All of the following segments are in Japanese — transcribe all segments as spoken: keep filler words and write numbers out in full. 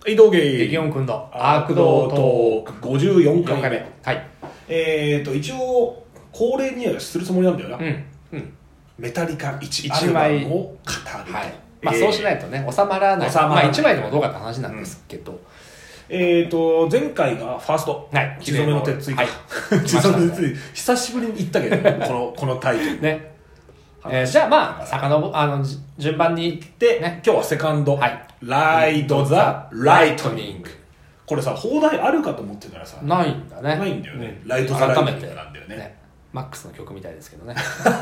はい道芸激音くんのアークドトークごじゅうよんかいめ。 よんかいめ。はい。 えーと一応恒例にはするつもりなんだよな。 うんうん。 メタリカいちアルバムを語る。 はい。まあそうしないとね収まらない。 収まらない。 まあいちまいでもどうかって話なんですけど。うん、 えーと前回がファースト。 はい。 血染めの鉄槌。はい。血染めの鉄槌。久しぶりに言ったけどこのこのタイトルね。えー、じゃあまあ遡あの順番にいってね、今日はセカンド、 はい、 ライド・ザ・ライトニング。これさ放題あるかと思ってたらさないんだね。 ないんだよね、うん、ライド・ザ・ライトニングなんだよね。ねマックスの曲みたいですけどね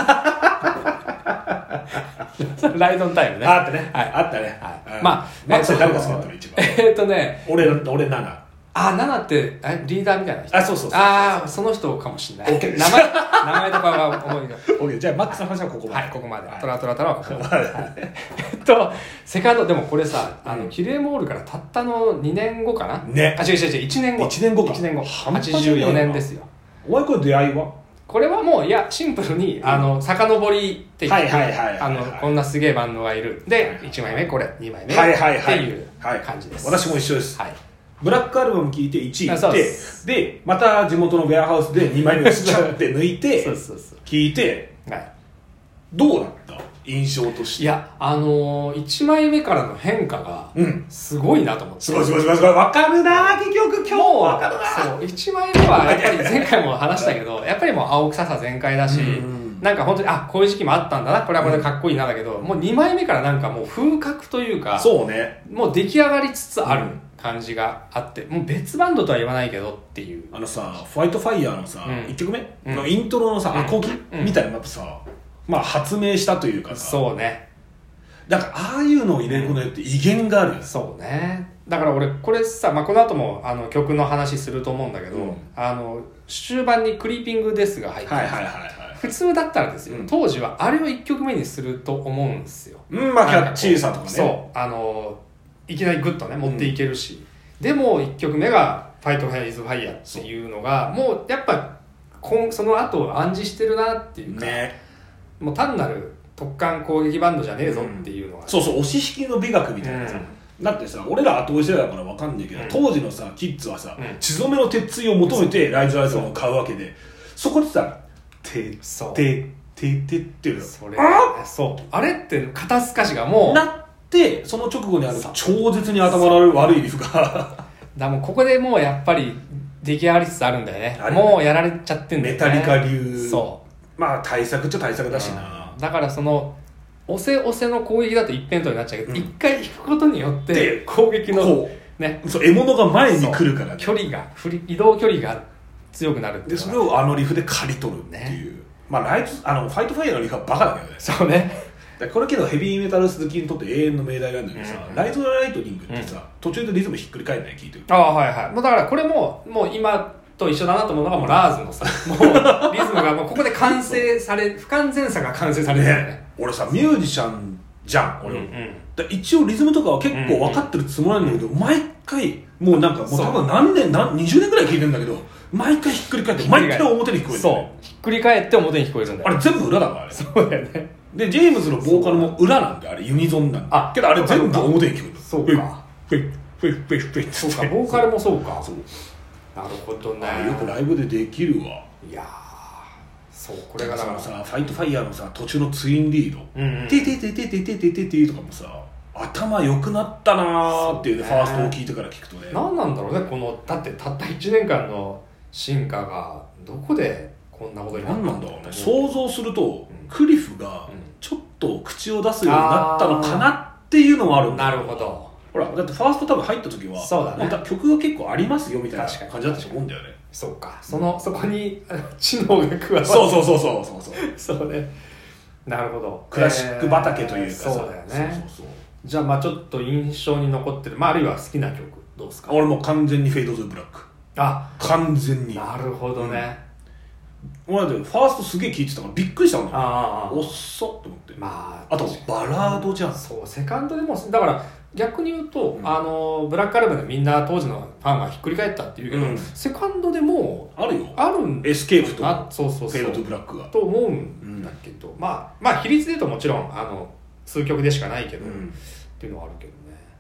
ライドンタイムねあったね、 はい、 あったね、 はい、 まあマックス誰が好きだったの一番えっとね俺俺ナナあ、ナナってえリーダーみたいな人。 あ、そうそうそう。 ああ、その人かもしれない。名前名前とかは思いが。 オッケー、じゃあマックスの話はここまで。 はい、ここまで。 はい、 トラトラトラはここまで。えっとセカンドでもこれさ、あの、うん、キレイモールからたったのにねんごかな。 ね。 あ、違う違う違ういちねんご。 いちねんごか。 いちねんご。はちじゅうよねんですよ。 お前これ出会いは？ これはもういやシンプルに、うん、あの遡りって言って、 はいはいはいはい、 あのこんなすげえバンドがいる。でいちまいめこれ、にまいめはいはいはいっていう感じです。 私も一緒です。 はい。 ブラックアルバム聴いていちい行って、で、また地元のウェアハウスでにまいめをスチャって抜いて、聴いて、はい、どうだった印象として。 いや、あのー、いちまいめからの変化が、すごいなと思って。 すごいすごいすごいすごい。わかるな結局今日わかるなそう、いちまいめはやっぱり前回も話したけど、やっぱりもう青臭さ全開だし、なんか本当に、あ、こういう時期もあったんだな、これはこれでかっこいいなだけど、もうにまいめからなんかもう風格というか、 そうね。 もう出来上がりつつある。感じがあって、もう別バンドとは言わないけどっていうあのさファイトファイヤーのさ、うん、いっきょくめのイントロのさ、うん、アコギ、うん、みたいなのやっぱさ、まあ発明したというかさそうねだからああいうのを入れることによって威厳がある、 うん、そうねだから俺これさ、まあ、この後もあの曲の話すると思うんだけど、うん、あの終盤にクリーピングデスが入ってる、はいはいはいはい、普通だったらですよ、うん、当時はあれをいっきょくめにすると思うんですようんまあキャッチーさとかねそうあのいきなりグッとね持っていけるし、うん、でもいっきょくめが「ファイトファイズファイヤー」っていうのがもうやっぱその後を暗示してるなっていうか、ね、もう単なる特艦攻撃バンドじゃねえぞっていうのが、 うん、そうそう押し引きの美学みたいなさ、うん、だってさ俺ら後追い世代だから分かんないけど、うん、当時のさキッズはさ、うん、血染めの鉄槌を求めてライズライズを買うわけでそこでさ「てててて」っていうそれあそうあれって肩透かしがもうなってその直後にある超絶に頭の悪いリフがだもうここでもうやっぱり出来上がりつつあるんだよね。もうやられちゃってんだよね。メタリカ流そうまあ対策っちゃ対策だしな、 うん、だからその押せ押せの攻撃だと一辺倒になっちゃうけど、うん、一回引くことによって攻撃のねそう獲物が前に来るから、ね、 距離が振り移動距離が強くなるっていうでそれをあのリフで刈り取るっていう、ね、まあライトあのファイトファイヤーのリフはバカだけどねそうねこれけどヘビーメタル好きにとって永遠の命題なんだけどさ、うん、ライトライトニングってさ、うん、途中でリズムひっくり返るない聞いてるああはいはいだからこれももう今と一緒だなと思うのがもうラーズのさもうリズムがもうここで完成され不完全さが完成されてるよね、ね俺さミュージシャンじゃん俺、うんうん、だ一応リズムとかは結構分かってるつもりなんだけど、うんうん、毎回もうなんかもう多分何年何にじゅうねんぐらい聞いてるんだけど毎回ひっくり返って毎回表に聞こえる、ね、 そうひっくり返って表に聞こえるんだよあれ全部裏だからあれそうだよねでジェームズのボーカルも裏なんであれユニゾンなんであけどあれ全部表に聞こえるそうかフェイフェイフェイフェイそうかボーカルもそうかそうなるほどねよくライブでできるわいやそうこれがだからさファイトファイヤーのさ途中のツインリードテテテテテテテテテとかもさ頭良くなったなーっていうねファーストを聞いてから聞くとね何なんだろうねこのだってたったいちねんかんの進化がどこでこんなことになったんだろうね想像すると、うん、クリフがちょっと口を出すようになったのかなっていうのもあるんだなるほどほらだってファースト多分入った時はそうだ、ね、 曲が結構ありますよみたいな感じだったと思うんだよねそうかその、うん、そこに知能が加わるそうそうそうそうそうそうそうねなるほどクラシック畑というかさ、 えー、そうだよねそうそうそうじゃあまあちょっと印象に残ってる、まあ、あるいは好きな曲どうですか俺も完全にフェイド・トゥ・ブラックあ完全になるほどね、 うん、俺だってファーストすげえ聴いてたからびっくりしたもんねあおっそっと思ってまああとバラードじゃんそうセカンドでもだから逆に言うと、うん、あのブラックアルバムでみんな当時のファンがひっくり返ったっていうけど、うん、セカンドでもあるよあるんエスケープとあそうそうそうフェイド・トゥ・ブラックがと思うんだけど、うん、まあまあ比率で言うともちろんあの数曲でしかないけど、うん、っていうのはあるけどね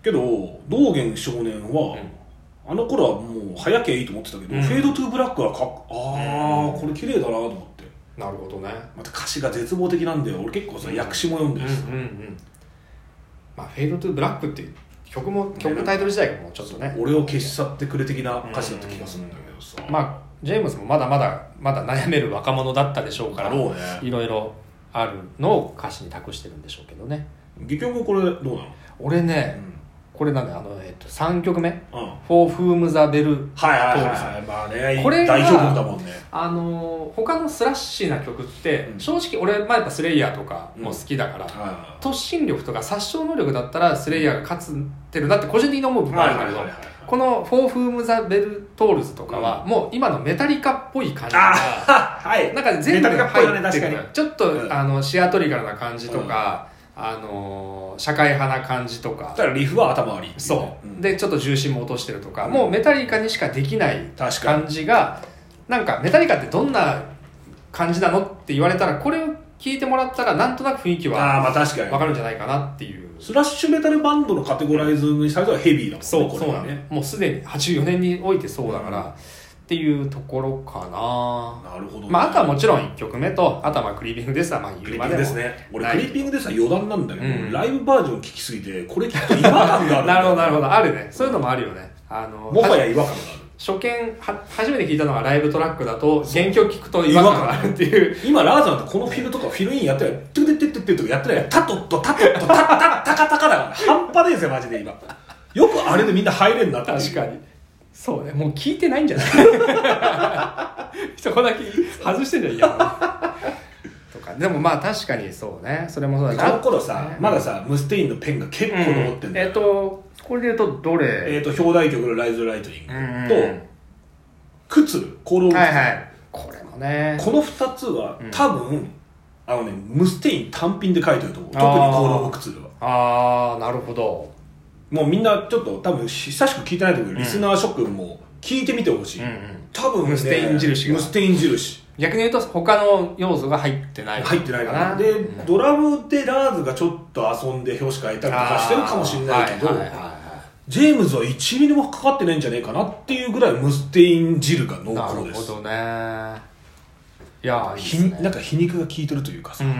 けど道元少年は、うん、あの頃はもう早きゃいいと思ってたけど、うん、フェードトゥーブラックはかっああ、うん、これ綺麗だなと思って。 なるほどね。 また歌詞が絶望的なんだよ。俺結構さ、うん、訳詞も読んでるし、うんうんうん、 まあ、フェードトゥーブラックっていう曲も曲タイトル自体がもうちょっとね、 俺を消し去ってくれ的な歌詞だった気がするんだけどさ、 うんうん、まあジェームスもまだまだまだ悩める若者だったでしょうから、ね、いろいろあるのを歌詞に託してるんでしょうけどね。 戯曲これどうなの？ 俺ね、うん、これなんだよ、あの、えっと、さんきょくめ、うん、For Whom the Bell Tolls、 はいはいはい、まあね、 これが代表曲だもんね。 あの他のスラッシーな曲って、うん、正直俺、まあ、やっぱスレイヤーとかも好きだから、うんはいはい、突進力とか殺傷能力だったらスレイヤーが勝ってるなって個人的に思う部分あるんだけど、はいはいはいはい、この For Whom the Bell Tolls とかは、うん、もう今のメタリカっぽい感じが、 はい、 なんか全部が入ってる、 ね、 ちょっと、うん、あのシアトリカルな感じとか、うん、あの社会派な感じとか、 だからリフは頭悪い、 そう、うん、でちょっと重心も落としてるとか、うん、もうメタリカにしかできない感じが、なんかメタリカってどんな感じなのって言われたら、これを聞いてもらったらなんとなく雰囲気は分かるんじゃないかなっていう。 スラッシュメタルバンドのカテゴライズにされたらヘビーだもんね。 そうそうだね。もうすでにはちじゅうよねんにおいてそうだから、うん、っていうところかな。 なるほど、ね。 まああとはもちろんいっきょくめと、あとはまあクリーピングですはまあ言うまでもですね。俺クリーピングですは余談なんだけど、うん、ライブバージョン聞きすぎてこれ聞くと違和感がある。 なるほどなるほど、あるね。そういうのもあるよね。あのもはや違和感がある。 初見は初めて聞いたのがライブトラックだと原曲聞くと違和感があるっていう。 今ラーザンってこのフィルとかフィルインやってないトゥテテテテとかやってないタトットタトットタタタカタカだから半端ないですよマジで今。よくあれでみんな入れんなって。 確かにそうね、もう聞いてないんじゃないそこだけ外してんじゃんいやとか。でもまあ確かにそうね、それもそうだな。この頃さ、ね、まださムステインのペンが結構残ってんだよ、 うん、えっ、ー、とこれで言うとどれ、 えっ、ー、と表題曲のライズライトニングと、うんうん、クツルコールオブクツル、 はいはい、これもね、 このふたつは多分、うん、あのねムステイン単品で書いてると思う。特にコールオブクツルは。 ああなるほど。 もうみんなちょっと多分久しく聞いてないと思うけど、うん、リスナー諸君も聞いてみてほしい、うんうん、多分、ね、 ムステイン印がムステイン印逆に言うと他の要素が入ってない入ってないかな。で、うん、ドラムでラーズがちょっと遊んで表紙変えたりとかしてるかもしれないけど、はいはいはいはい、ジェームズはいちミリもかかってないんじゃないかなっていうぐらいムステイン汁が濃厚です。 なるほどね。いやいいですね、なんか皮肉が効いてるというかさ、うんうんうん、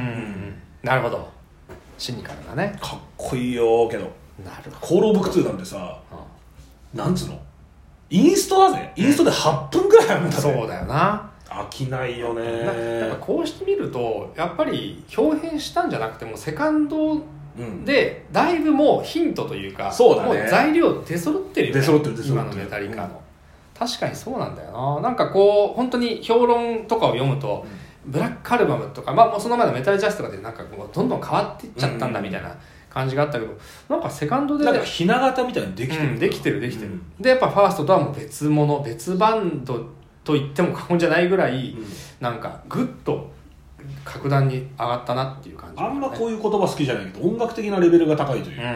なるほど、シニカルなね、 かっこいいよ。けどなるほど、 コールオブクツーなんてさ、うん、なんつうのインストだぜ。インストではっぷんぐらいあるんだぜ、 そうだよな。 飽きないよね。 だからこうしてみるとやっぱり表現したんじゃなくてもセカンドでだいぶもうヒントというか、 そうだね、 もう材料出揃ってるよね。 出揃ってる出揃ってる今のメタリカの、うん、確かにそうなんだよな。なんかこう本当に評論とかを読むと、うん、ブラックアルバムとか、まあ、もうその前のメタルジャスとかでなんかもうどんどん変わっていっちゃったんだみたいな感じがあったけど、なんかセカンドでなんかひな形みたいにできてる、 うん、できてるできてる、うん、でやっぱファーストとはもう別物別バンドと言っても過言じゃないぐらい、うん、なんかグッと格段に上がったなっていう感じ、ね、 あんまこういう言葉好きじゃないけど音楽的なレベルが高いというか、うん、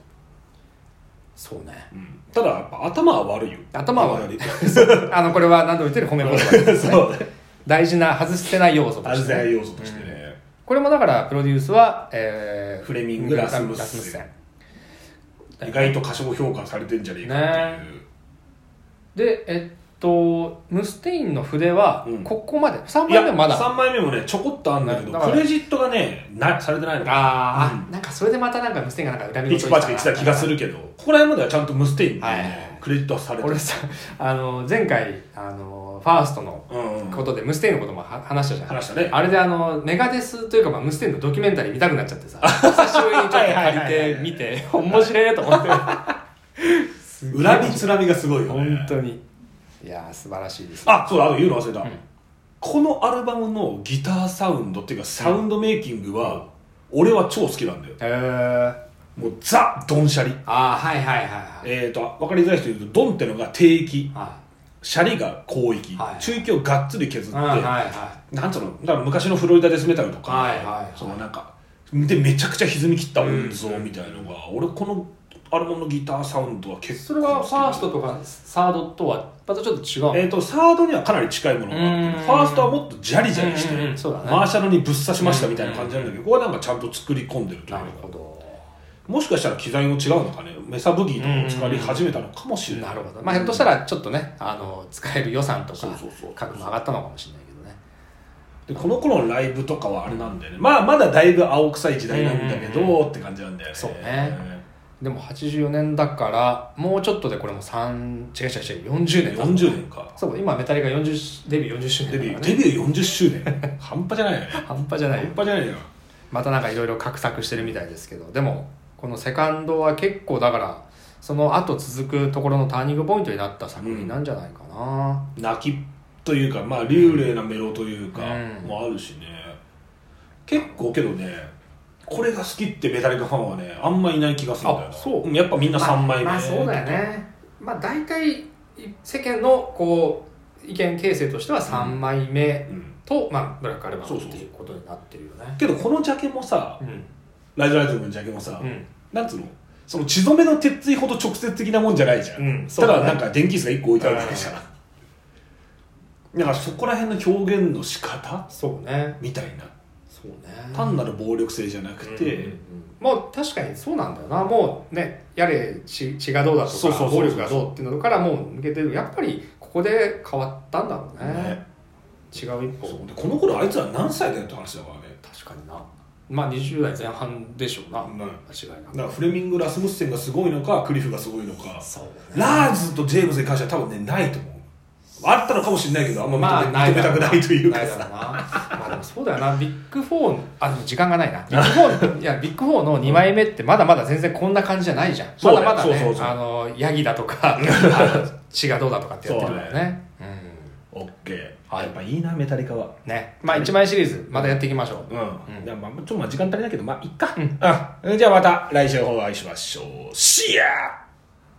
そうね、 うん、ただやっぱ頭は悪いよ。 頭は悪いあのこれは何度も言ってる褒め言葉ですねそうね、大事な外せない要素として、ね、 外せない要素としてね、うん、 これもだからプロデュースは、えー、 フレミング・ラスムッセン、意外と歌唱評価されてんじゃねえかっていう、ね、でえっとムステインの筆はここまで、うん、さんまいめもまださんまいめもねちょこっとあるんだけど、クレジットがねなされてないの。 あ、うん、なんかそれでまたなんかムステインがなんか恨みのピチパチ言ってた気がするけど、ここら辺まではちゃんとムステインに、ね、はい、クレジットはされてる。 俺さあの前回あのファーストのことで、うんうん、ムステインのことも話したじゃん。 話したね。 あれであのメガデスというか、まあ、ムステインのドキュメンタリー見たくなっちゃってさ久しぶりにちょっと借りて見て面白いと思って恨みつらみがすごいよね本当に。いやー素晴らしいです、 ね、あ、そうだ、あの言うの忘れた、うん、このアルバムのギターサウンドっていうかサウンドメイキングは、うん、俺は超好きなんだよ。 へー、もうザ・ドンシャリ。 あー、はいはいはい、はい、 えーと分かりづらい人言うとドンってのが低域、はい、シャリが高域、はい、中域をがっつり削って、はいはい、なんつうのだから昔のフロリダデスメタルとか、はいはいはい、そのなんかでめちゃくちゃ歪み切った音像みたいなのが、うん、俺このアルバムのギターサウンドは結構それはファーストとかサードとはまたちょっと違う。 えーとサードにはかなり近いものがあって、ファーストはもっとジャリジャリして、うんうん、そうだね、マーシャルにぶっ刺しましたみたいな感じなんだけど、ここはなんかちゃんと作り込んでるというか、 なるほど。 もしかしたら機材も違うのかね、メサブギーとかを使い始めたのかもしれない、 なるほど、まあ、ひょっとしたらちょっとねあの使える予算とかそうそうそう価格も上がったのかもしれないけどね。 でこの頃のライブとかはあれなんだよね、まあまだだいぶ青臭い時代なんだけど、うんうん、って感じなんだよね。 そうね、でもはちじゅうよねんだからもうちょっとでこれもさん違う違う違うよんじゅうねんだ、 よんじゅうねんか。 そう今メタリカよんじゅうデビューよんじゅっしゅうねんだから、ね、 デビューデビューよんじゅっしゅうねん半端じゃないよね半端じゃないよ半端じゃないよ。 またなんかいろいろ画策してるみたいですけど、でもこのセカンドは結構だからその後続くところのターニングポイントになった作品なんじゃないかな、 うん、泣きというかまあ流麗なメロというか、うん、もあるしね。結構けどねこれが好きってメタリカファンはねあんまいない気がするんだよな。 そうやっぱみんなさんまいめ、 まあ、まあそうだよね。まあ大体世間のこう意見形成としてはさんまいめと、うん、まあ、ブラックアルバムっていうことになってるよね。 けどこのジャケもさ、うん、ライズライズムのジャケもさ、うん、なんつうのその血染めの鉄槌ほど直接的なもんじゃないじゃん、うん、ただなんか電気椅子がいっこ置いてあるだけじゃん。だからそこら辺の表現の仕方そうねみたいな、 そうね、 単なる暴力性じゃなくて、うんうんうん、 もう確かにそうなんだよな。もうねやれ 血, 血がどうだとかそうそうそうそう暴力がどうっていうのからもう抜けてる。やっぱりここで変わったんだろう ね, ね違う一歩。 でこの頃あいつは何歳だよって話だからね。 確かにな。まあにじゅうだいぜん半でしょうな、うん、間違いなく。 だからフレミング・ラスムッセンがすごいのかクリフがすごいのか、 そう、ね、 ラーズとジェームズに関しては多分ねないと思う。あったのかもしれないけどあんま認め、まあ、認めたくないというかさ。 まあでもそうだよな。ビッグフォーあでも時間がないな。ビッグフォーいやビッグフォーのにまいめってまだまだ全然こんな感じじゃないじゃん。まだまだね、そうそうそうあのヤギだとか血がどうだとかってやってるからね。 オッケー。やっぱいいなメタリカはね。まあいちまいシリーズまたやっていきましょう。うん。 うん、じゃあまあちょっとまあ時間足りないけどまあいっか。うん。うん、じゃあまた来週お会いしましょう。シアー。